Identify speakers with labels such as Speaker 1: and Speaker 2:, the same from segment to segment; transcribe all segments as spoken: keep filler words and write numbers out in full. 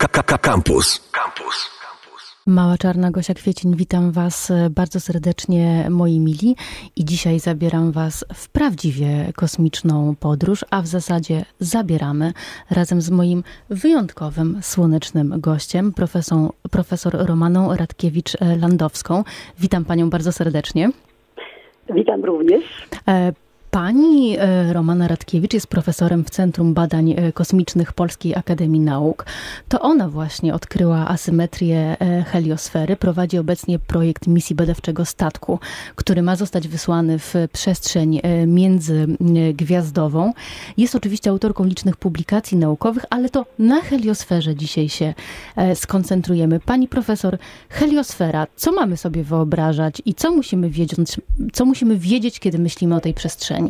Speaker 1: Campus. Campus.
Speaker 2: Mała Czarna, Gosia Kwiecień, witam Was bardzo serdecznie, moi mili. I dzisiaj zabieram Was w prawdziwie kosmiczną podróż, a w zasadzie zabieramy razem z moim wyjątkowym, słonecznym gościem, profesor, profesor Romaną Radkiewicz-Landowską. Witam Panią bardzo serdecznie.
Speaker 3: Witam również.
Speaker 2: Pani Romana Radkiewicz jest profesorem w Centrum Badań Kosmicznych Polskiej Akademii Nauk. To ona właśnie odkryła asymetrię heliosfery. Prowadzi obecnie projekt misji badawczego statku, który ma zostać wysłany w przestrzeń międzygwiazdową. Jest oczywiście autorką licznych publikacji naukowych, ale to na heliosferze dzisiaj się skoncentrujemy. Pani profesor, heliosfera, co mamy sobie wyobrażać i co musimy wiedzieć, co musimy wiedzieć, kiedy myślimy o tej przestrzeni?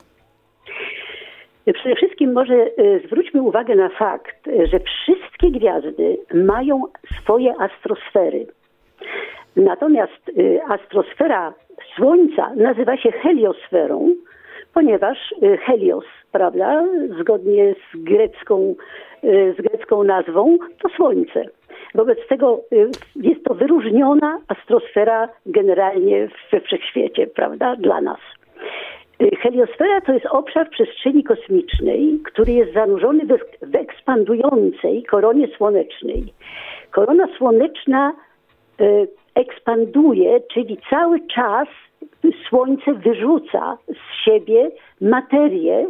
Speaker 3: Przede wszystkim może zwróćmy uwagę na fakt, że wszystkie gwiazdy mają swoje astrosfery. Natomiast astrosfera Słońca nazywa się heliosferą, ponieważ helios, prawda, zgodnie z grecką, z grecką nazwą, to Słońce. Wobec tego jest to wyróżniona astrosfera generalnie we wszechświecie, prawda, dla nas. Heliosfera to jest obszar przestrzeni kosmicznej, który jest zanurzony w ekspandującej koronie słonecznej. Korona słoneczna ekspanduje, czyli cały czas Słońce wyrzuca z siebie materię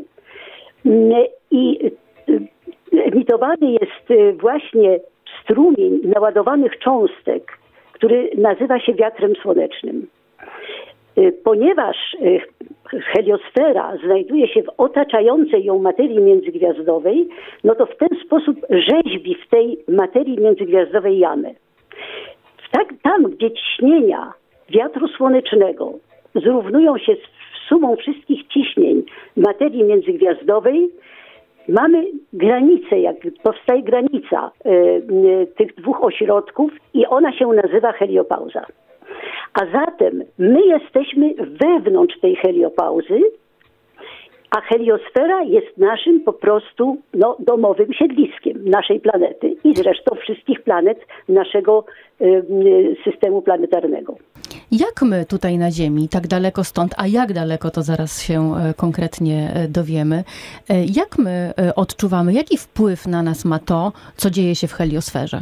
Speaker 3: i emitowany jest właśnie strumień naładowanych cząstek, który nazywa się wiatrem słonecznym. Ponieważ heliosfera znajduje się w otaczającej ją materii międzygwiazdowej, no to w ten sposób rzeźbi w tej materii międzygwiazdowej jamę. Tak, tam, gdzie ciśnienia wiatru słonecznego zrównują się z sumą wszystkich ciśnień materii międzygwiazdowej, mamy granicę, jak powstaje granica y, tych dwóch ośrodków i ona się nazywa heliopauza. A zatem my jesteśmy wewnątrz tej heliopauzy, a heliosfera jest naszym po prostu no, domowym siedliskiem naszej planety i zresztą wszystkich planet naszego y, systemu planetarnego.
Speaker 2: Jak my tutaj na Ziemi, tak daleko stąd, a jak daleko, to zaraz się konkretnie dowiemy, jak my odczuwamy, jaki wpływ na nas ma to, co dzieje się w heliosferze?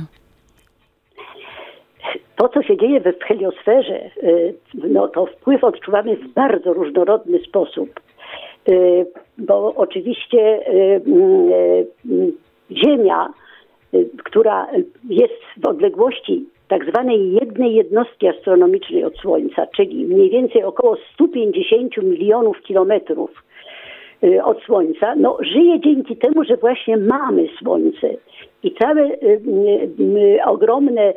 Speaker 3: To, co się dzieje w heliosferze, no to wpływ odczuwamy w bardzo różnorodny sposób, bo oczywiście Ziemia, która jest w odległości tak zwanej jednej jednostki astronomicznej od Słońca, czyli mniej więcej około sto pięćdziesiąt milionów kilometrów od Słońca, no żyje dzięki temu, że właśnie mamy Słońce i całe y, y, y, ogromne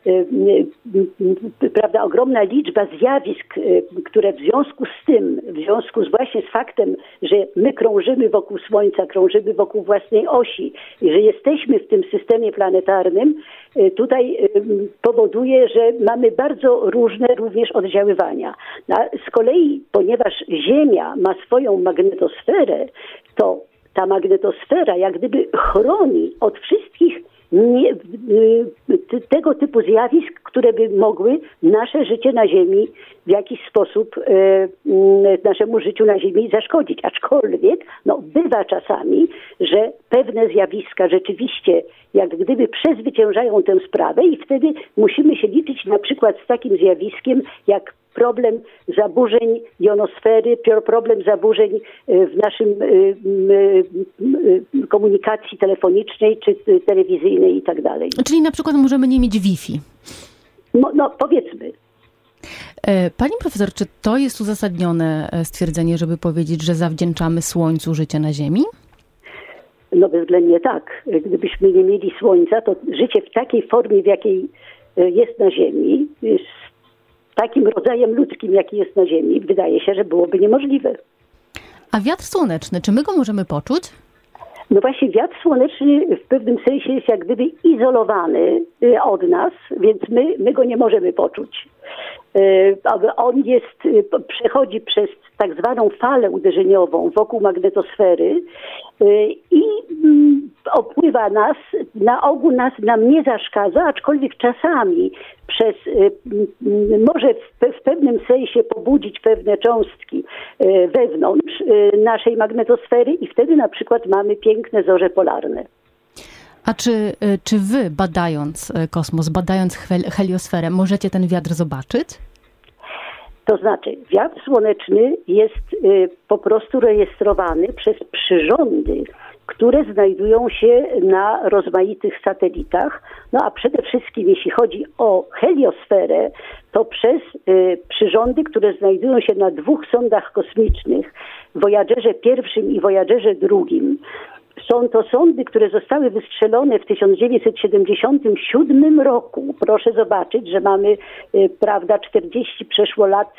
Speaker 3: prawda, ogromna liczba zjawisk, które w związku z tym, w związku z właśnie z faktem, że my krążymy wokół Słońca, krążymy wokół własnej osi i że jesteśmy w tym systemie planetarnym, tutaj powoduje, że mamy bardzo różne również oddziaływania. A z kolei, ponieważ Ziemia ma swoją magnetosferę, to ta magnetosfera jak gdyby chroni od wszystkich Nie, tego typu zjawisk, które by mogły nasze życie na Ziemi w jakiś sposób e, naszemu życiu na Ziemi zaszkodzić. Aczkolwiek no, bywa czasami, że pewne zjawiska rzeczywiście jak gdyby przezwyciężają tę sprawę i wtedy musimy się liczyć na przykład z takim zjawiskiem jak problem zaburzeń jonosfery, problem zaburzeń w naszym komunikacji telefonicznej czy telewizyjnej i tak dalej.
Speaker 2: Czyli na przykład możemy nie mieć Wi-Fi.
Speaker 3: No, no powiedzmy.
Speaker 2: Pani profesor, czy to jest uzasadnione stwierdzenie, żeby powiedzieć, że zawdzięczamy Słońcu życie na Ziemi?
Speaker 3: No bezwzględnie tak. Gdybyśmy nie mieli Słońca, to życie w takiej formie, w jakiej jest na Ziemi, jest takim rodzajem ludzkim, jaki jest na Ziemi, wydaje się, że byłoby niemożliwe.
Speaker 2: A wiatr słoneczny, czy my go możemy poczuć?
Speaker 3: No właśnie wiatr słoneczny w pewnym sensie jest jak gdyby izolowany od nas, więc my, my go nie możemy poczuć. On jest, przechodzi przez tak zwaną falę uderzeniową wokół magnetosfery i opływa nas, na ogół nas nam nie zaszkadza, aczkolwiek czasami przez, może w, w pewnym sensie pobudzić pewne cząstki wewnątrz naszej magnetosfery i wtedy na przykład mamy piękne zorze polarne.
Speaker 2: A czy, czy wy, badając kosmos, badając heliosferę, możecie ten wiatr zobaczyć?
Speaker 3: To znaczy, wiatr słoneczny jest po prostu rejestrowany przez przyrządy, które znajdują się na rozmaitych satelitach. No a przede wszystkim, jeśli chodzi o heliosferę, to przez przyrządy, które znajdują się na dwóch sondach kosmicznych, Voyagerze pierwszym i Voyagerze drugim. Są to sondy, które zostały wystrzelone w tysiąc dziewięćset siedemdziesiątym siódmym roku. Proszę zobaczyć, że mamy, prawda, czterdzieści przeszło lat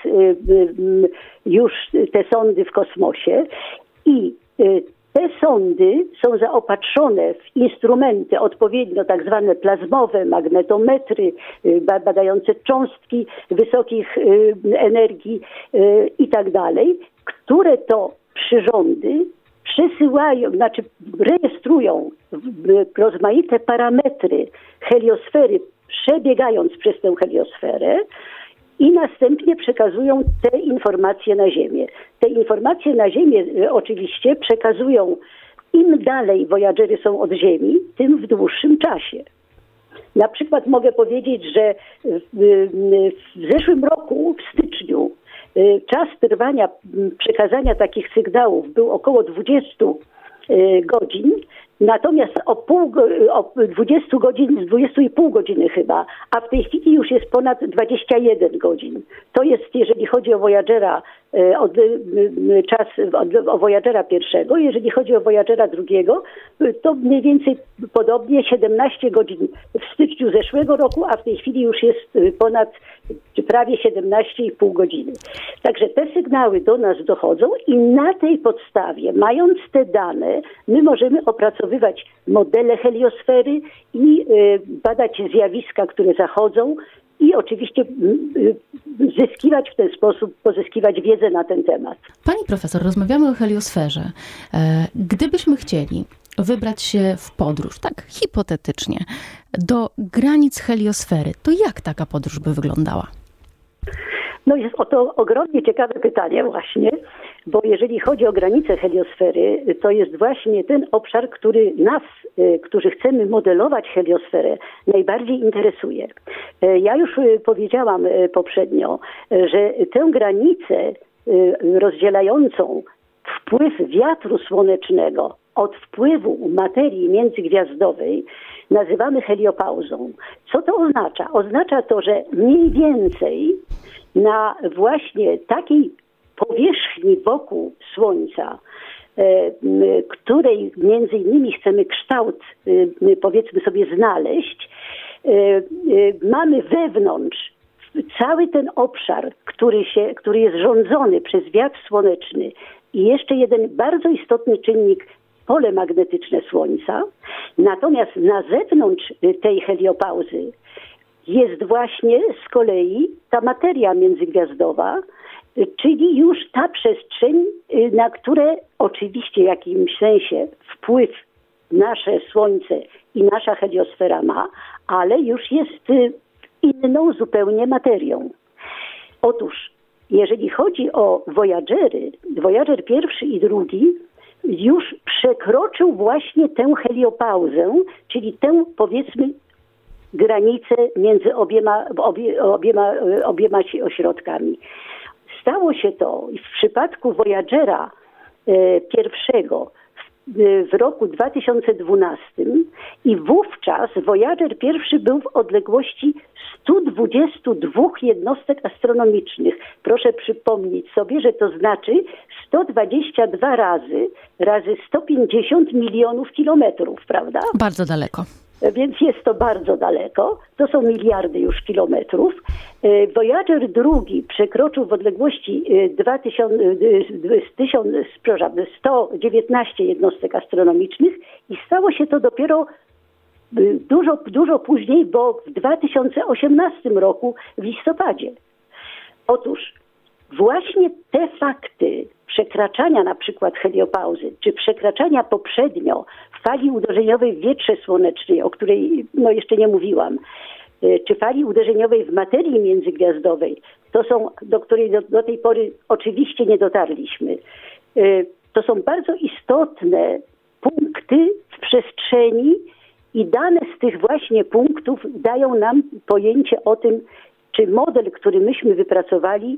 Speaker 3: już te sondy w kosmosie i te sondy są zaopatrzone w instrumenty odpowiednio tak zwane plazmowe, magnetometry, badające cząstki wysokich energii i tak dalej, które to przyrządy przesyłają, znaczy rejestrują rozmaite parametry heliosfery, przebiegając przez tę heliosferę i następnie przekazują te informacje na Ziemię. Te informacje na Ziemię oczywiście przekazują, im dalej Voyagery są od Ziemi, tym w dłuższym czasie. Na przykład mogę powiedzieć, że w, w zeszłym roku, w styczniu, czas trwania przekazania takich sygnałów był około dwadzieścia godzin, natomiast o pół, o dwadzieścia godzin, dwadzieścia i pół godziny chyba, a w tej chwili już jest ponad dwadzieścia jeden godzin. To jest, jeżeli chodzi o Voyagera, od, czas od, o Voyagera pierwszego, jeżeli chodzi o Voyagera drugiego, to mniej więcej podobnie siedemnaście godzin w styczniu zeszłego roku, a w tej chwili już jest ponad czy prawie siedemnaście i pół godziny. Także te sygnały do nas dochodzą i na tej podstawie, mając te dane, my możemy opracowywać modele heliosfery i y, badać zjawiska, które zachodzą i oczywiście y, zyskiwać w ten sposób, pozyskiwać wiedzę na ten temat.
Speaker 2: Pani profesor, rozmawiamy o heliosferze. Gdybyśmy chcieli wybrać się w podróż, tak hipotetycznie, do granic heliosfery, to jak taka podróż by wyglądała?
Speaker 3: No jest o to ogromnie ciekawe pytanie właśnie, bo jeżeli chodzi o granice heliosfery, to jest właśnie ten obszar, który nas, którzy chcemy modelować heliosferę, najbardziej interesuje. Ja już powiedziałam poprzednio, że tę granicę rozdzielającą wpływ wiatru słonecznego od wpływu materii międzygwiazdowej nazywamy heliopauzą. Co to oznacza? Oznacza to, że mniej więcej na właśnie takiej powierzchni wokół Słońca, której między innymi chcemy kształt, powiedzmy sobie, znaleźć, mamy wewnątrz cały ten obszar, który, się, który jest rządzony przez wiatr słoneczny i jeszcze jeden bardzo istotny czynnik, pole magnetyczne Słońca. Natomiast na zewnątrz tej heliopauzy jest właśnie z kolei ta materia międzygwiazdowa, czyli już ta przestrzeń, na które oczywiście w jakimś sensie wpływ nasze Słońce i nasza heliosfera ma, ale już jest inną zupełnie materią. Otóż, jeżeli chodzi o Voyagery, Voyager pierwszy i drugi już przekroczył właśnie tę heliopauzę, czyli tę, powiedzmy, granicę między obiema, obie, obiema, obiema ośrodkami. Stało się to w przypadku Voyagera e, pierwszego w, w roku dwa tysiące dwunastym i wówczas Voyager pierwszy był w odległości stu dwudziestu dwóch jednostek astronomicznych. Proszę przypomnieć sobie, że to znaczy sto dwadzieścia dwa razy razy sto pięćdziesiąt milionów kilometrów, prawda?
Speaker 2: Bardzo daleko.
Speaker 3: Więc jest to bardzo daleko. To są miliardy już kilometrów. Voyager drugi przekroczył w odległości sto dziewiętnaście jednostek astronomicznych i stało się to dopiero dużo, dużo później, bo w dwa tysiące osiemnastym roku w listopadzie. Otóż właśnie te fakty przekraczania na przykład heliopauzy, czy przekraczania poprzednio fali uderzeniowej w wietrze słonecznej, o której no, jeszcze nie mówiłam, czy fali uderzeniowej w materii międzygwiazdowej, to są, do której do, do tej pory oczywiście nie dotarliśmy. To są bardzo istotne punkty w przestrzeni i dane z tych właśnie punktów dają nam pojęcie o tym, czy model, który myśmy wypracowali,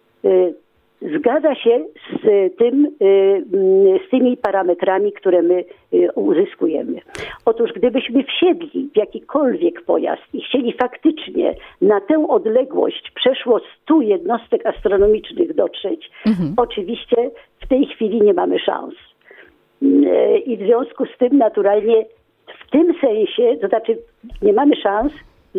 Speaker 3: zgadza się z tym, z tymi parametrami, które my uzyskujemy. Otóż gdybyśmy wsiedli w jakikolwiek pojazd i chcieli faktycznie na tę odległość przeszło stu jednostek astronomicznych dotrzeć, mhm. oczywiście w tej chwili nie mamy szans. I w związku z tym naturalnie w tym sensie, to znaczy nie mamy szans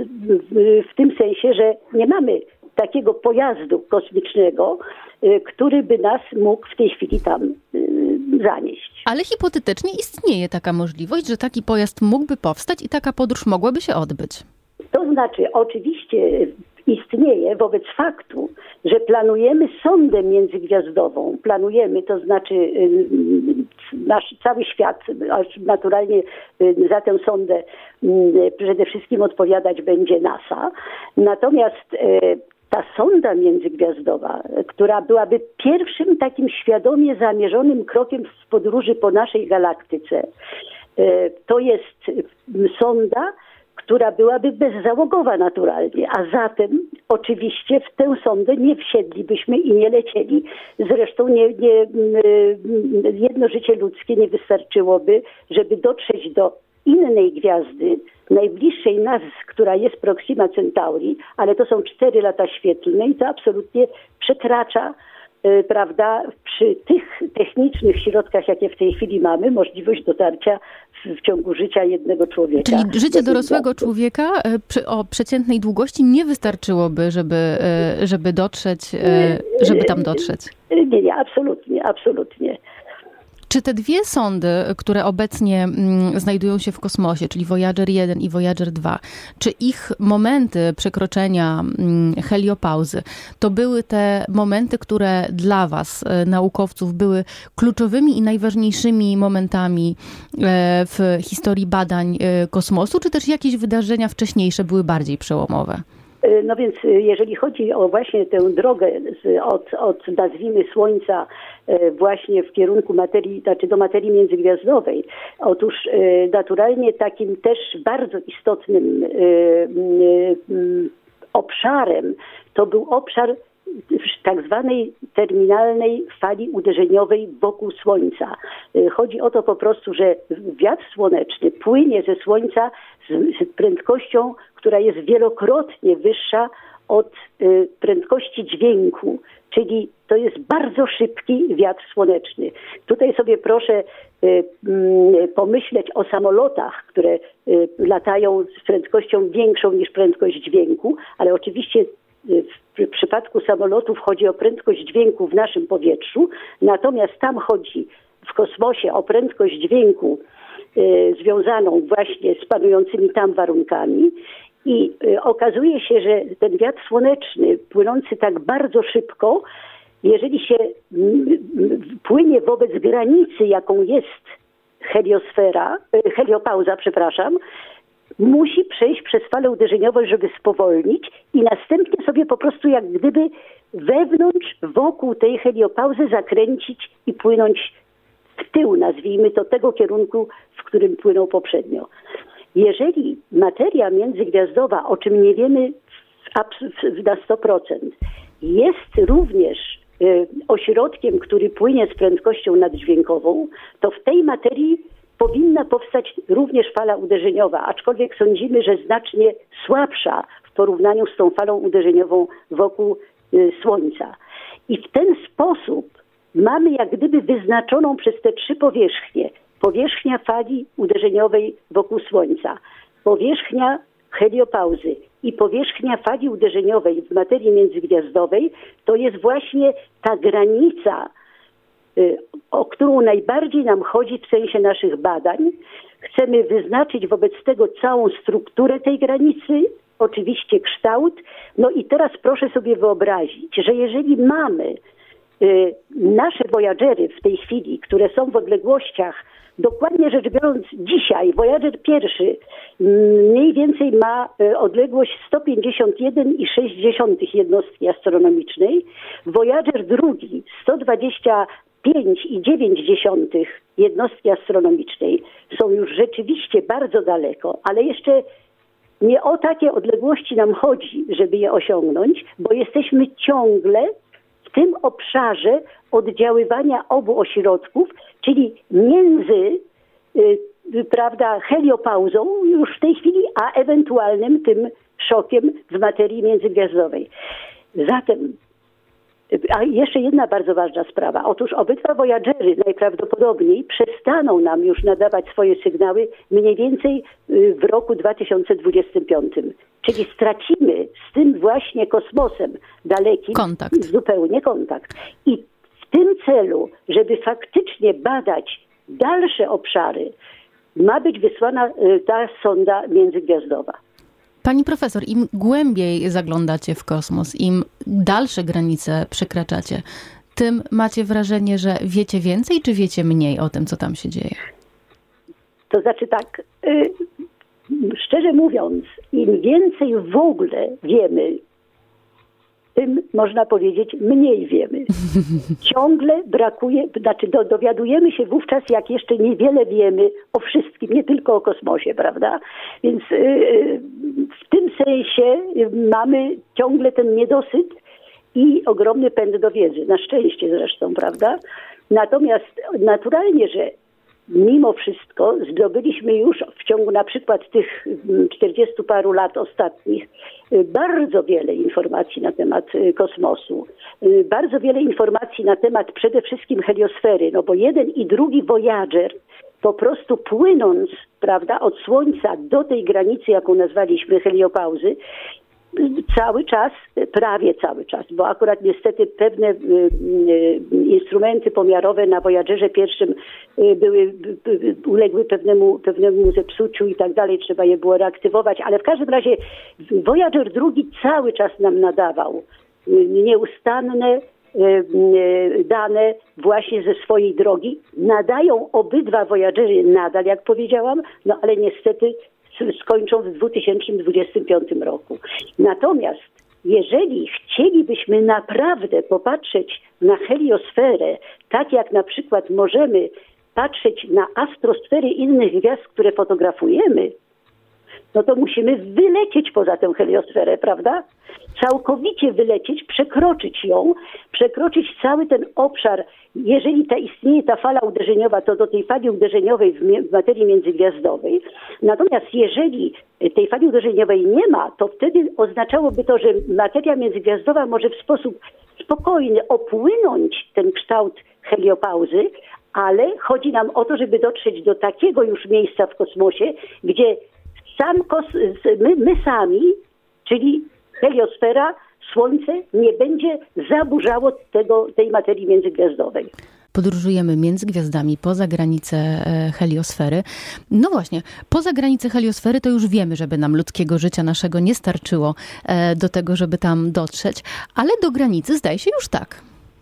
Speaker 3: w tym sensie, że nie mamy takiego pojazdu kosmicznego, który by nas mógł w tej chwili tam zanieść.
Speaker 2: Ale hipotetycznie istnieje taka możliwość, że taki pojazd mógłby powstać i taka podróż mogłaby się odbyć.
Speaker 3: To znaczy oczywiście istnieje wobec faktu, że planujemy sondę międzygwiazdową. Planujemy, to znaczy nasz cały świat, naturalnie za tę sondę przede wszystkim odpowiadać będzie NASA. Natomiast ta sonda międzygwiazdowa, która byłaby pierwszym takim świadomie zamierzonym krokiem w podróży po naszej galaktyce, to jest sonda, która byłaby bezzałogowa naturalnie, a zatem oczywiście w tę sondę nie wsiedlibyśmy i nie lecieli. Zresztą nie, nie, jedno życie ludzkie nie wystarczyłoby, żeby dotrzeć do innej gwiazdy, najbliższej nas, która jest Proxima Centauri, ale to są cztery lata świetlne i to absolutnie przekracza, yy, prawda, przy tych technicznych środkach, jakie w tej chwili mamy, możliwość dotarcia w, w ciągu życia jednego człowieka.
Speaker 2: Czyli życie dorosłego człowieka przy, o przeciętnej długości nie wystarczyłoby, żeby, żeby dotrzeć, żeby tam dotrzeć?
Speaker 3: Nie, nie, absolutnie, absolutnie.
Speaker 2: Czy te dwie sondy, które obecnie mm, znajdują się w kosmosie, czyli Voyager jeden i Voyager dwa, czy ich momenty przekroczenia mm, heliopauzy, to były te momenty, które dla was, e, naukowców, były kluczowymi i najważniejszymi momentami e, w historii badań e, kosmosu, czy też jakieś wydarzenia wcześniejsze były bardziej przełomowe?
Speaker 3: No więc jeżeli chodzi o właśnie tę drogę z, od, od nazwijmy Słońca właśnie w kierunku materii, znaczy do materii międzygwiazdowej, otóż naturalnie takim też bardzo istotnym obszarem to był obszar tak zwanej terminalnej fali uderzeniowej wokół Słońca. Chodzi o to po prostu, że wiatr słoneczny płynie ze Słońca z, z prędkością, która jest wielokrotnie wyższa od y, prędkości dźwięku, czyli to jest bardzo szybki wiatr słoneczny. Tutaj sobie proszę y, y, pomyśleć o samolotach, które y, latają z prędkością większą niż prędkość dźwięku, ale oczywiście w przypadku samolotów chodzi o prędkość dźwięku w naszym powietrzu, natomiast tam chodzi w kosmosie o prędkość dźwięku y, związaną właśnie z panującymi tam warunkami i y, okazuje się, że ten wiatr słoneczny płynący tak bardzo szybko, jeżeli się y, y, płynie wobec granicy, jaką jest heliosfera, y, heliopauza, przepraszam, musi przejść przez falę uderzeniową, żeby spowolnić i następnie sobie po prostu jak gdyby wewnątrz, wokół tej heliopauzy zakręcić i płynąć w tył, nazwijmy to, tego kierunku, w którym płynął poprzednio. Jeżeli materia międzygwiazdowa, o czym nie wiemy na sto procent, jest również y, ośrodkiem, który płynie z prędkością naddźwiękową, to w tej materii powinna powstać również fala uderzeniowa, aczkolwiek sądzimy, że znacznie słabsza w porównaniu z tą falą uderzeniową wokół y, Słońca. I w ten sposób mamy jak gdyby wyznaczoną przez te trzy powierzchnie. Powierzchnia fali uderzeniowej wokół Słońca, powierzchnia heliopauzy i powierzchnia fali uderzeniowej w materii międzygwiazdowej, to jest właśnie ta granica, o którą najbardziej nam chodzi w sensie naszych badań. Chcemy wyznaczyć wobec tego całą strukturę tej granicy oczywiście kształt. No i teraz proszę sobie wyobrazić, że jeżeli mamy y, nasze Voyagery w tej chwili, które są w odległościach, dokładnie rzecz biorąc dzisiaj, Voyager pierwszy mniej więcej ma y, odległość sto pięćdziesiąt jeden i sześć dziesiątych jednostki astronomicznej, Voyager drugi sto dwadzieścia pięć i dziewięć dziesiątych jednostki astronomicznej, są już rzeczywiście bardzo daleko, ale jeszcze nie o takie odległości nam chodzi, żeby je osiągnąć, bo jesteśmy ciągle w tym obszarze oddziaływania obu ośrodków, czyli między y, prawda, heliopauzą już w tej chwili, a ewentualnym tym szokiem w materii międzygwiazdowej. Zatem, a jeszcze jedna bardzo ważna sprawa. Otóż obydwa Voyagery najprawdopodobniej przestaną nam już nadawać swoje sygnały mniej więcej w roku dwa tysiące dwudziestym piątym. Czyli stracimy z tym właśnie kosmosem dalekim
Speaker 2: kontakt.
Speaker 3: zupełnie kontakt. I w tym celu, żeby faktycznie badać dalsze obszary, ma być wysłana ta sonda międzygwiazdowa.
Speaker 2: Pani profesor, im głębiej zaglądacie w kosmos, im dalsze granice przekraczacie, tym macie wrażenie, że wiecie więcej, czy wiecie mniej o tym, co tam się dzieje?
Speaker 3: To znaczy tak, y, szczerze mówiąc, im więcej w ogóle wiemy, tym można powiedzieć mniej wiemy. Ciągle brakuje, znaczy do, dowiadujemy się wówczas, jak jeszcze niewiele wiemy o wszystkim, nie tylko o kosmosie, prawda? Więc yy, w tym sensie mamy ciągle ten niedosyt i ogromny pęd do wiedzy. Na szczęście zresztą, prawda? Natomiast naturalnie, że mimo wszystko zdobyliśmy już w ciągu na przykład tych czterdziestu paru lat ostatnich bardzo wiele informacji na temat kosmosu, bardzo wiele informacji na temat przede wszystkim heliosfery, no bo jeden i drugi Voyager po prostu płynąc, prawda, od Słońca do tej granicy, jaką nazwaliśmy heliopauzy, cały czas, prawie cały czas, bo akurat niestety pewne y, y, instrumenty pomiarowe na Voyagerze pierwszym y, były, y, uległy pewnemu, pewnemu zepsuciu i tak dalej, trzeba je było reaktywować, ale w każdym razie Voyager drugi cały czas nam nadawał y, nieustanne y, y, dane właśnie ze swojej drogi. Nadają obydwa Voyagery nadal, jak powiedziałam, no ale niestety skończą w dwa tysiące dwudziestym piątym roku. Natomiast jeżeli chcielibyśmy naprawdę popatrzeć na heliosferę, tak jak na przykład możemy patrzeć na astrosfery innych gwiazd, które fotografujemy, no to musimy wylecieć poza tę heliosferę, prawda? Całkowicie wylecieć, przekroczyć ją, przekroczyć cały ten obszar. Jeżeli ta istnieje ta fala uderzeniowa, to do tej fali uderzeniowej w, w materii międzygwiazdowej. Natomiast jeżeli tej fali uderzeniowej nie ma, to wtedy oznaczałoby to, że materia międzygwiazdowa może w sposób spokojny opłynąć ten kształt heliopauzy, ale chodzi nam o to, żeby dotrzeć do takiego już miejsca w kosmosie, gdzie sam kos- my, my sami, czyli heliosfera, Słońce, nie będzie zaburzało tego, tej materii międzygwiazdowej.
Speaker 2: Podróżujemy między gwiazdami, poza granicę heliosfery. No właśnie, poza granicę heliosfery to już wiemy, żeby nam ludzkiego życia naszego nie starczyło do tego, żeby tam dotrzeć, ale do granicy zdaje się już tak.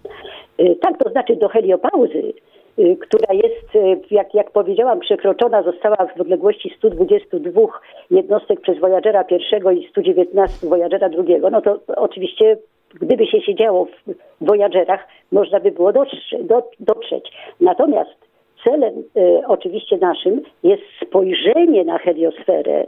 Speaker 3: Tak, to znaczy do heliopauzy, która jest, jak, jak powiedziałam, przekroczona została w odległości stu dwudziestu dwóch jednostek przez Voyagera pierwszego i stu dziewiętnastu Voyagera drugiego. No to oczywiście, gdyby się siedziało w Voyagerach, można by było dotrzeć. Do, dotrzeć. Natomiast celem e, oczywiście naszym jest spojrzenie na heliosferę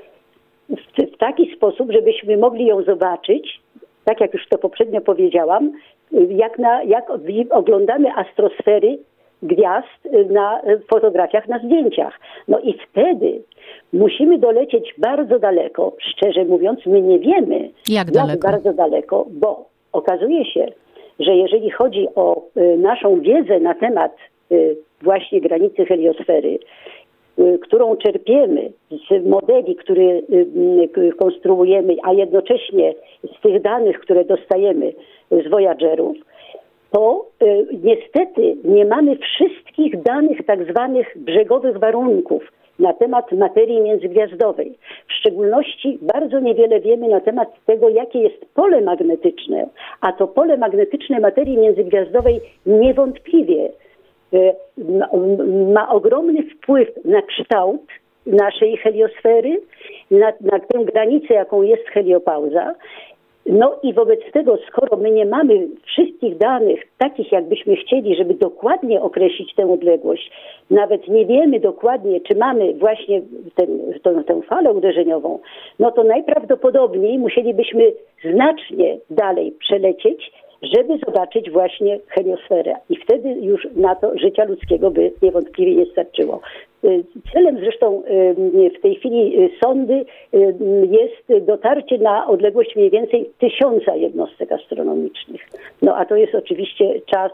Speaker 3: w, w taki sposób, żebyśmy mogli ją zobaczyć, tak jak już to poprzednio powiedziałam, jak, na, jak oglądamy astrosfery gwiazd na fotografiach, na zdjęciach. No i wtedy musimy dolecieć bardzo daleko. Szczerze mówiąc, my nie wiemy,
Speaker 2: jak,
Speaker 3: jak
Speaker 2: daleko?
Speaker 3: bardzo daleko, bo okazuje się, że jeżeli chodzi o y, naszą wiedzę na temat y, właśnie granicy heliosfery, y, którą czerpiemy z modeli, które y, y, konstruujemy, a jednocześnie z tych danych, które dostajemy z Voyagerów, to y, niestety nie mamy wszystkich danych tak zwanych brzegowych warunków na temat materii międzygwiazdowej. W szczególności bardzo niewiele wiemy na temat tego, jakie jest pole magnetyczne, a to pole magnetyczne materii międzygwiazdowej niewątpliwie y, ma, ma ogromny wpływ na kształt naszej heliosfery, na, na tę granicę, jaką jest heliopauza. No i wobec tego, skoro my nie mamy wszystkich danych takich, jakbyśmy chcieli, żeby dokładnie określić tę odległość, nawet nie wiemy dokładnie, czy mamy właśnie ten, tę, tę falę uderzeniową, no to najprawdopodobniej musielibyśmy znacznie dalej przelecieć, żeby zobaczyć właśnie heliosferę. I wtedy już na to życia ludzkiego by niewątpliwie nie starczyło. Celem zresztą w tej chwili sondy jest dotarcie na odległość mniej więcej tysiąca jednostek astronomicznych. No a to jest oczywiście czas,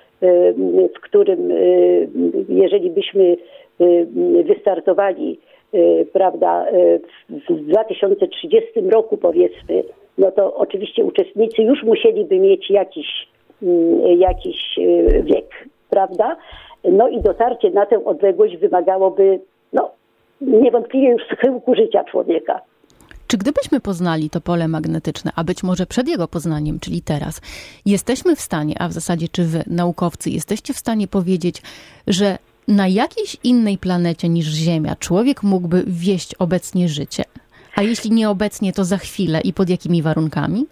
Speaker 3: w którym jeżeli byśmy wystartowali, prawda, w dwa tysiące trzydziestym roku powiedzmy, no to oczywiście uczestnicy już musieliby mieć jakiś, jakiś wiek, prawda? No i dotarcie na tę odległość wymagałoby no, niewątpliwie już schyłku życia człowieka.
Speaker 2: Czy gdybyśmy poznali to pole magnetyczne, a być może przed jego poznaniem, czyli teraz, jesteśmy w stanie, a w zasadzie czy wy, naukowcy, jesteście w stanie powiedzieć, że na jakiejś innej planecie niż Ziemia człowiek mógłby wieść obecnie życie? A jeśli nie obecnie, to za chwilę i pod jakimi warunkami?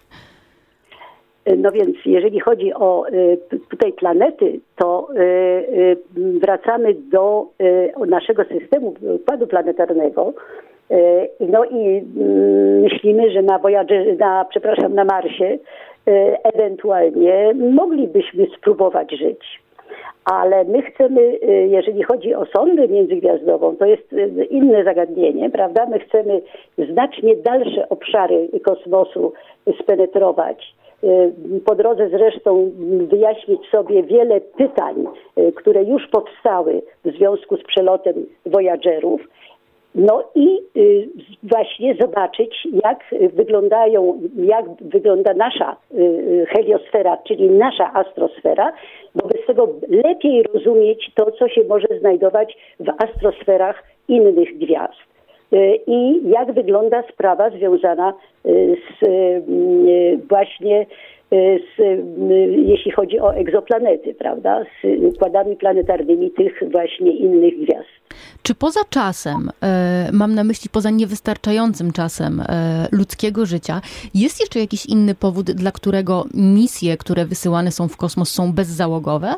Speaker 3: No więc jeżeli chodzi o tutaj planety, to wracamy do naszego systemu układu planetarnego. No i myślimy, że na Voyager, na, przepraszam, na Marsie ewentualnie moglibyśmy spróbować żyć. Ale my chcemy, jeżeli chodzi o sondę międzygwiazdową, to jest inne zagadnienie, prawda? My chcemy znacznie dalsze obszary kosmosu spenetrować. Po drodze zresztą wyjaśnić sobie wiele pytań, które już powstały w związku z przelotem Voyagerów. No i właśnie zobaczyć, jak wyglądają, jak wygląda nasza heliosfera, czyli nasza astrosfera. Wobec tego lepiej rozumieć to, co się może znajdować w astrosferach innych gwiazd. I jak wygląda sprawa związana z właśnie z, jeśli chodzi o egzoplanety, prawda, z układami planetarnymi tych właśnie innych gwiazd.
Speaker 2: Czy poza czasem, mam na myśli poza niewystarczającym czasem ludzkiego życia, jest jeszcze jakiś inny powód, dla którego misje, które wysyłane są w kosmos, są bezzałogowe?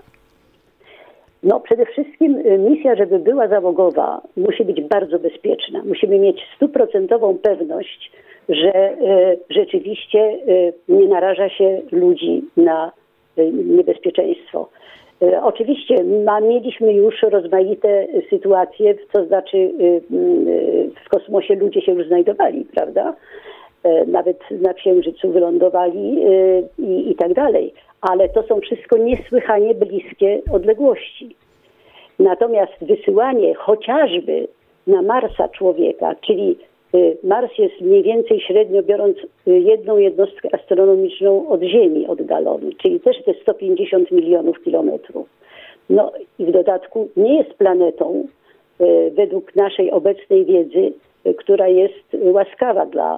Speaker 3: No przede wszystkim misja, żeby była załogowa, musi być bardzo bezpieczna. Musimy mieć stuprocentową pewność, że e, rzeczywiście e, nie naraża się ludzi na e, niebezpieczeństwo. E, oczywiście ma, mieliśmy już rozmaite sytuacje, to znaczy e, e, w kosmosie ludzie się już znajdowali, prawda? E, nawet na Księżycu wylądowali e, i, i tak dalej. Ale to są wszystko niesłychanie bliskie odległości. Natomiast wysyłanie chociażby na Marsa człowieka, czyli Mars jest mniej więcej średnio biorąc jedną jednostkę astronomiczną od Ziemi oddalony, czyli też te sto pięćdziesiąt milionów kilometrów. No i w dodatku nie jest planetą, według naszej obecnej wiedzy, która jest łaskawa dla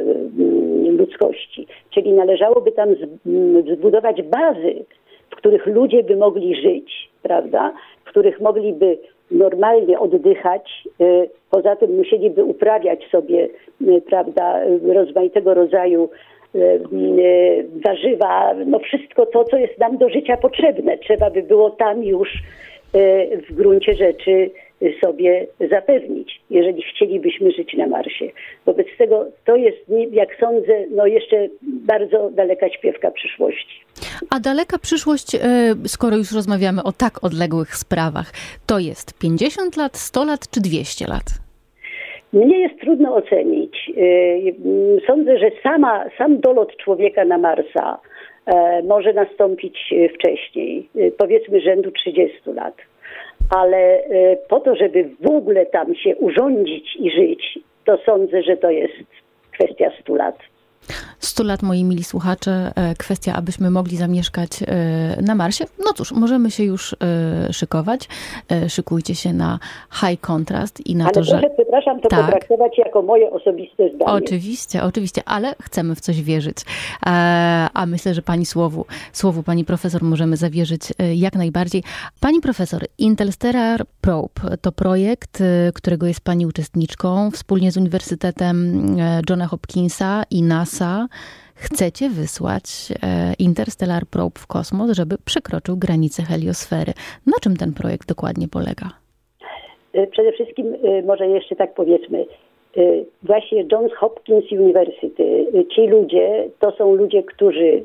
Speaker 3: ludzkości. Czyli należałoby tam zbudować bazy, w których ludzie by mogli żyć, prawda? W których mogliby normalnie oddychać. Poza tym musieliby uprawiać sobie, prawda, rozmaitego rodzaju warzywa, no wszystko to, co jest nam do życia potrzebne. Trzeba by było tam już w gruncie rzeczy sobie zapewnić, jeżeli chcielibyśmy żyć na Marsie. Wobec tego to jest, jak sądzę, no jeszcze bardzo daleka śpiewka przyszłości.
Speaker 2: A daleka przyszłość, skoro już rozmawiamy o tak odległych sprawach, to jest pięćdziesiąt lat, sto lat czy dwieście lat?
Speaker 3: Mnie jest trudno ocenić. Sądzę, że sama, sam dolot człowieka na Marsa może nastąpić wcześniej, powiedzmy rzędu trzydziestu lat. Ale po to, żeby w ogóle tam się urządzić i żyć, to sądzę, że to jest kwestia stu lat.
Speaker 2: stu lat, moi mili słuchacze, kwestia, abyśmy mogli zamieszkać na Marsie. No cóż, możemy się już szykować. Szykujcie się na high contrast i na
Speaker 3: ale
Speaker 2: to, że...
Speaker 3: Ale proszę, przepraszam, to tak. potraktować jako moje osobiste zdanie.
Speaker 2: Oczywiście, oczywiście, ale chcemy w coś wierzyć. A myślę, że pani słowu, słowu pani profesor możemy zawierzyć jak najbardziej. Pani profesor, Interstellar Probe to projekt, którego jest pani uczestniczką wspólnie z Uniwersytetem Johna Hopkinsa i NASA. Chcecie wysłać Interstellar Probe w kosmos, żeby przekroczył granice heliosfery. Na czym ten projekt dokładnie polega?
Speaker 3: Przede wszystkim, może jeszcze tak powiedzmy, właśnie Johns Hopkins University, ci ludzie, to są ludzie, którzy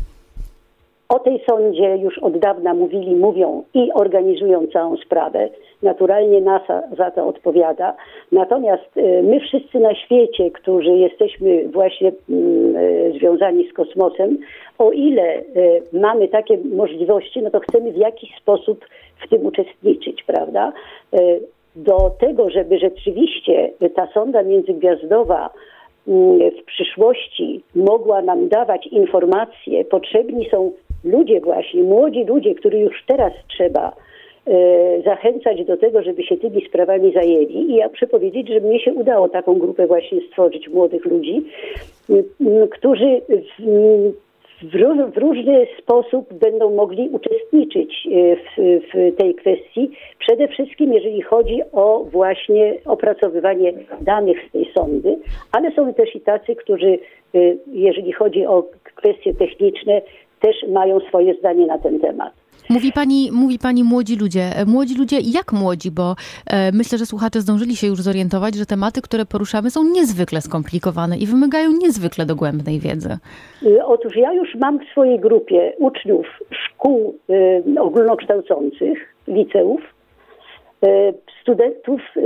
Speaker 3: o tej sondzie już od dawna mówili, mówią i organizują całą sprawę. Naturalnie NASA za to odpowiada. Natomiast my wszyscy na świecie, którzy jesteśmy właśnie związani z kosmosem, o ile mamy takie możliwości, no to chcemy w jakiś sposób w tym uczestniczyć, prawda? Do tego, żeby rzeczywiście ta sonda międzygwiazdowa w przyszłości mogła nam dawać informacje, potrzebni są ludzie właśnie, młodzi ludzie, których już teraz trzeba e, zachęcać do tego, żeby się tymi sprawami zajęli. I ja muszę powiedzieć, że mnie się udało taką grupę właśnie stworzyć młodych ludzi, m, którzy w, w, róż, w różny sposób będą mogli uczestniczyć w, w tej kwestii. Przede wszystkim jeżeli chodzi o właśnie opracowywanie danych z tej sondy, ale są też i tacy, którzy jeżeli chodzi o kwestie techniczne, też mają swoje zdanie na ten temat.
Speaker 2: Mówi pani, mówi pani młodzi ludzie. Młodzi ludzie, jak młodzi? Bo e, myślę, że słuchacze zdążyli się już zorientować, że tematy, które poruszamy, są niezwykle skomplikowane i wymagają niezwykle dogłębnej wiedzy.
Speaker 3: Otóż ja już mam w swojej grupie uczniów szkół e, ogólnokształcących, liceów, e, studentów e,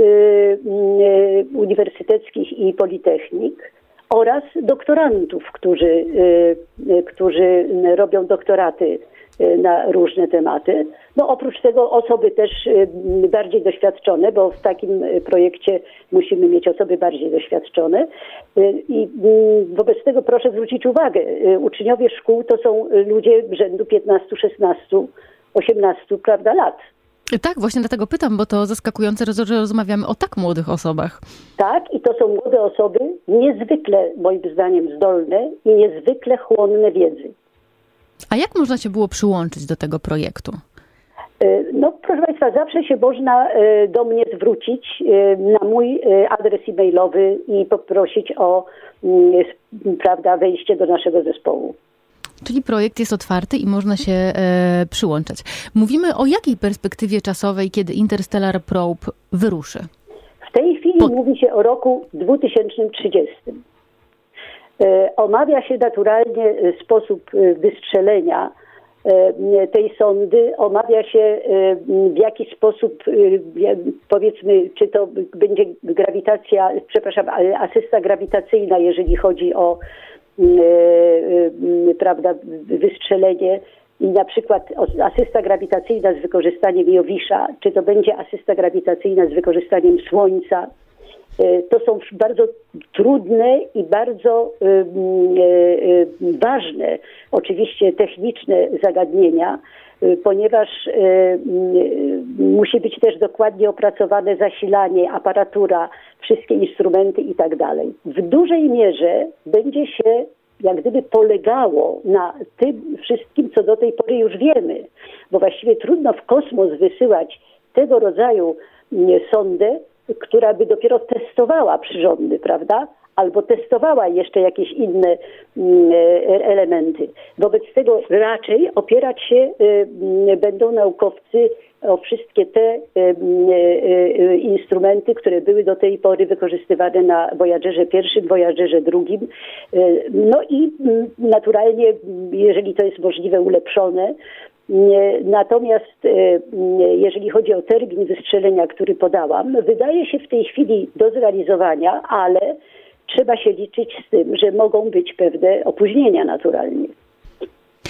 Speaker 3: e, uniwersyteckich i politechnik, oraz doktorantów, którzy, którzy robią doktoraty na różne tematy. No oprócz tego osoby też bardziej doświadczone, bo w takim projekcie musimy mieć osoby bardziej doświadczone. I wobec tego proszę zwrócić uwagę, uczniowie szkół to są ludzie rzędu piętnaście, szesnaście, osiemnaście, prawda, lat.
Speaker 2: Tak, właśnie dlatego pytam, bo to zaskakujące, że rozmawiamy o tak młodych osobach.
Speaker 3: Tak, i to są młode osoby niezwykle, moim zdaniem, zdolne i niezwykle chłonne wiedzy.
Speaker 2: A jak można się było przyłączyć do tego projektu?
Speaker 3: No, proszę Państwa, zawsze się można do mnie zwrócić na mój adres e-mailowy i poprosić o, prawda, wejście do naszego zespołu.
Speaker 2: Czyli projekt jest otwarty i można się e, przyłączać. Mówimy o jakiej perspektywie czasowej, kiedy Interstellar Probe wyruszy?
Speaker 3: W tej chwili po... mówi się o roku dwa tysiące trzydziestym. E, omawia się naturalnie sposób wystrzelenia e, tej sondy. Omawia się e, w jaki sposób, e, powiedzmy, czy to będzie grawitacja, przepraszam, asysta grawitacyjna, jeżeli chodzi o prawda, wystrzelenie i na przykład asysta grawitacyjna z wykorzystaniem Jowisza, czy to będzie asysta grawitacyjna z wykorzystaniem Słońca. To są bardzo trudne i bardzo ważne, oczywiście techniczne zagadnienia, ponieważ musi być też dokładnie opracowane zasilanie, aparatura, wszystkie instrumenty i tak dalej. W dużej mierze będzie się jak gdyby polegało na tym wszystkim, co do tej pory już wiemy, bo właściwie trudno w kosmos wysyłać tego rodzaju sondę, która by dopiero testowała przyrządy, prawda? Albo testowała jeszcze jakieś inne elementy. Wobec tego raczej opierać się będą naukowcy o wszystkie te instrumenty, które były do tej pory wykorzystywane na Voyagerze pierwszym, Voyagerze drugim. No i naturalnie, jeżeli to jest możliwe, ulepszone. Natomiast jeżeli chodzi o termin wystrzelenia, który podałam, wydaje się w tej chwili do zrealizowania, ale trzeba się liczyć z tym, że mogą być pewne opóźnienia naturalnie.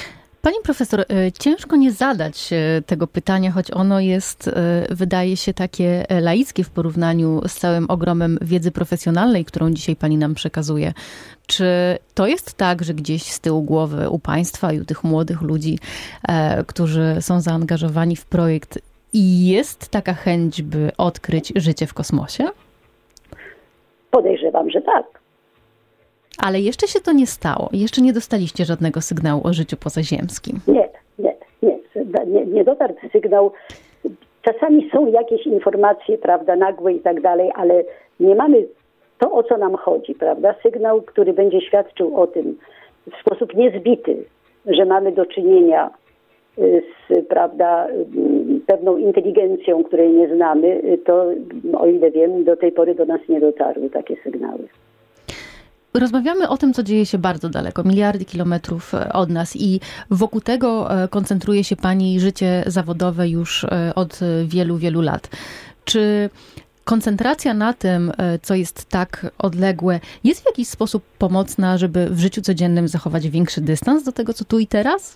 Speaker 2: Pani profesor, ciężko nie zadać tego pytania, choć ono jest, wydaje się, takie laickie w porównaniu z całym ogromem wiedzy profesjonalnej, którą dzisiaj pani nam przekazuje. Czy to jest tak, że gdzieś z tyłu głowy u państwa i u tych młodych ludzi, którzy są zaangażowani w projekt, jest taka chęć, by odkryć życie w kosmosie?
Speaker 3: Podejrzewam, że tak.
Speaker 2: Ale jeszcze się to nie stało. Jeszcze nie dostaliście żadnego sygnału o życiu pozaziemskim.
Speaker 3: Nie, nie, nie. Nie, nie dotarł sygnał. Czasami są jakieś informacje, prawda, nagłe i tak dalej, ale nie mamy to, o co nam chodzi, prawda? Sygnał, który będzie świadczył o tym w sposób niezbity, że mamy do czynienia z, prawda, pewną inteligencją, której nie znamy, to, o ile wiem, do tej pory do nas nie dotarły takie sygnały.
Speaker 2: Rozmawiamy o tym, co dzieje się bardzo daleko, miliardy kilometrów od nas i wokół tego koncentruje się pani życie zawodowe już od wielu, wielu lat. Czy koncentracja na tym, co jest tak odległe, jest w jakiś sposób pomocna, żeby w życiu codziennym zachować większy dystans do tego, co tu i teraz?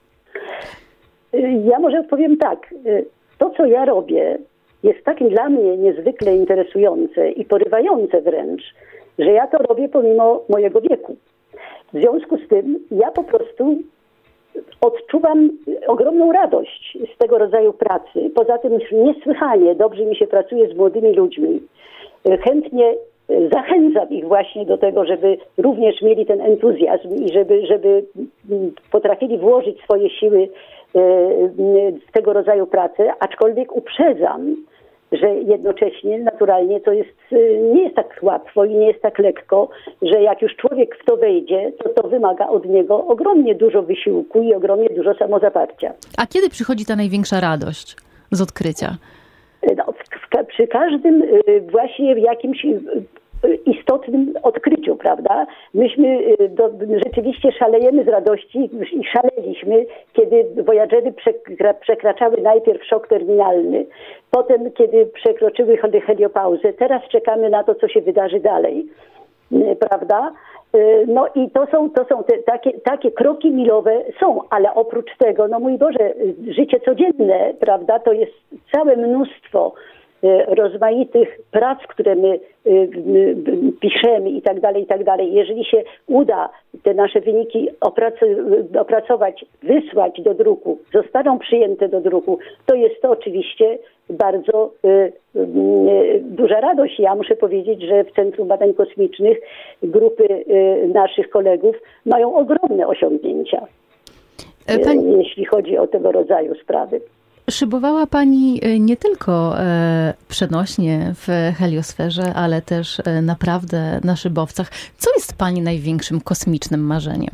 Speaker 3: Ja może odpowiem tak. To, co ja robię, jest tak dla mnie niezwykle interesujące i porywające wręcz, że ja to robię pomimo mojego wieku. W związku z tym ja po prostu odczuwam ogromną radość z tego rodzaju pracy. Poza tym niesłychanie dobrze mi się pracuje z młodymi ludźmi. Chętnie zachęcam ich właśnie do tego, żeby również mieli ten entuzjazm i żeby, żeby potrafili włożyć swoje siły w tego rodzaju pracę, aczkolwiek uprzedzam, że jednocześnie naturalnie to jest, nie jest tak łatwo i nie jest tak lekko, że jak już człowiek w to wejdzie, to to wymaga od niego ogromnie dużo wysiłku i ogromnie dużo samozaparcia.
Speaker 2: A kiedy przychodzi ta największa radość z odkrycia?
Speaker 3: No, w, przy każdym właśnie jakimś istotnym odkryciu, prawda? Myśmy do, rzeczywiście szalejemy z radości i szaleliśmy, kiedy Voyagery przekraczały najpierw szok terminalny, potem kiedy przekroczyły heliopauzę. Teraz czekamy na to, co się wydarzy dalej, prawda? No i to są, to są te, takie, takie kroki milowe są, ale oprócz tego, no mój Boże, życie codzienne, prawda, to jest całe mnóstwo rozmaitych prac, które my piszemy i tak dalej, i tak dalej. Jeżeli się uda te nasze wyniki opracować, wysłać do druku, zostaną przyjęte do druku, to jest to oczywiście bardzo duża radość. Ja muszę powiedzieć, że w Centrum Badań Kosmicznych grupy naszych kolegów mają ogromne osiągnięcia, Pani... jeśli chodzi o tego rodzaju sprawy.
Speaker 2: Szybowała pani nie tylko przenośnie w heliosferze, ale też naprawdę na szybowcach. Co jest pani największym kosmicznym marzeniem?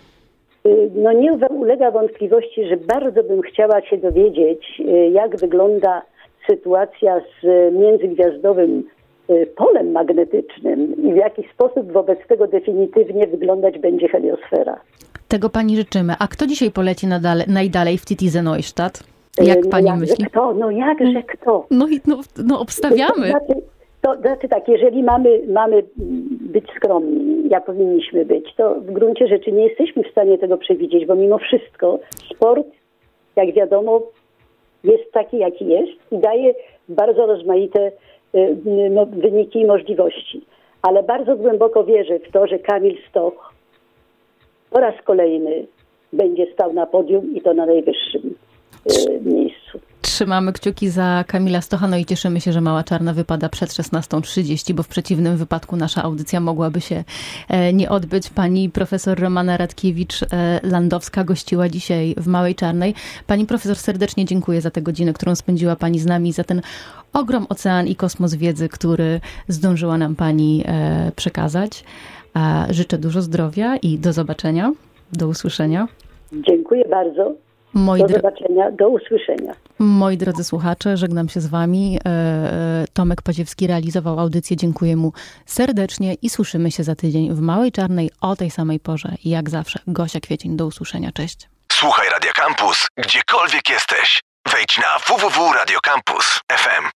Speaker 3: No nie ulega wątpliwości, że bardzo bym chciała się dowiedzieć, jak wygląda sytuacja z międzygwiazdowym polem magnetycznym i w jaki sposób wobec tego definitywnie wyglądać będzie heliosfera.
Speaker 2: Tego pani życzymy. A kto dzisiaj poleci nadal, najdalej w Titize Neustadt? Jak
Speaker 3: no
Speaker 2: pani
Speaker 3: jakże
Speaker 2: myśli?
Speaker 3: Kto? No jakże kto?
Speaker 2: No i no, no obstawiamy.
Speaker 3: To znaczy, to znaczy tak, jeżeli mamy, mamy być skromni, jak powinniśmy być, to w gruncie rzeczy nie jesteśmy w stanie tego przewidzieć, bo mimo wszystko sport, jak wiadomo, jest taki, jaki jest i daje bardzo rozmaite no, wyniki i możliwości. Ale bardzo głęboko wierzę w to, że Kamil Stoch po raz kolejny będzie stał na podium i to na najwyższym miejscu.
Speaker 2: Trzymamy kciuki za Kamila Stocha, no i cieszymy się, że Mała Czarna wypada przed szesnastą trzydzieści, bo w przeciwnym wypadku nasza audycja mogłaby się nie odbyć. Pani profesor Romana Radkiewicz-Landowska gościła dzisiaj w Małej Czarnej. Pani profesor, serdecznie dziękuję za tę godzinę, którą spędziła pani z nami, za ten ogrom, ocean i kosmos wiedzy, który zdążyła nam pani przekazać. Życzę dużo zdrowia i do zobaczenia, do usłyszenia.
Speaker 3: Dziękuję bardzo.
Speaker 2: Moi
Speaker 3: do
Speaker 2: dro...
Speaker 3: zobaczenia, do usłyszenia.
Speaker 2: Moi drodzy słuchacze, żegnam się z wami. Tomek Paziewski realizował audycję. Dziękuję mu serdecznie i słyszymy się za tydzień w Małej Czarnej o tej samej porze. I jak zawsze, Gosia Kwiecień. Do usłyszenia. Cześć.
Speaker 1: Słuchaj Radia Campus, gdziekolwiek jesteś. Wejdź na w w w kropka radio campus kropka f m.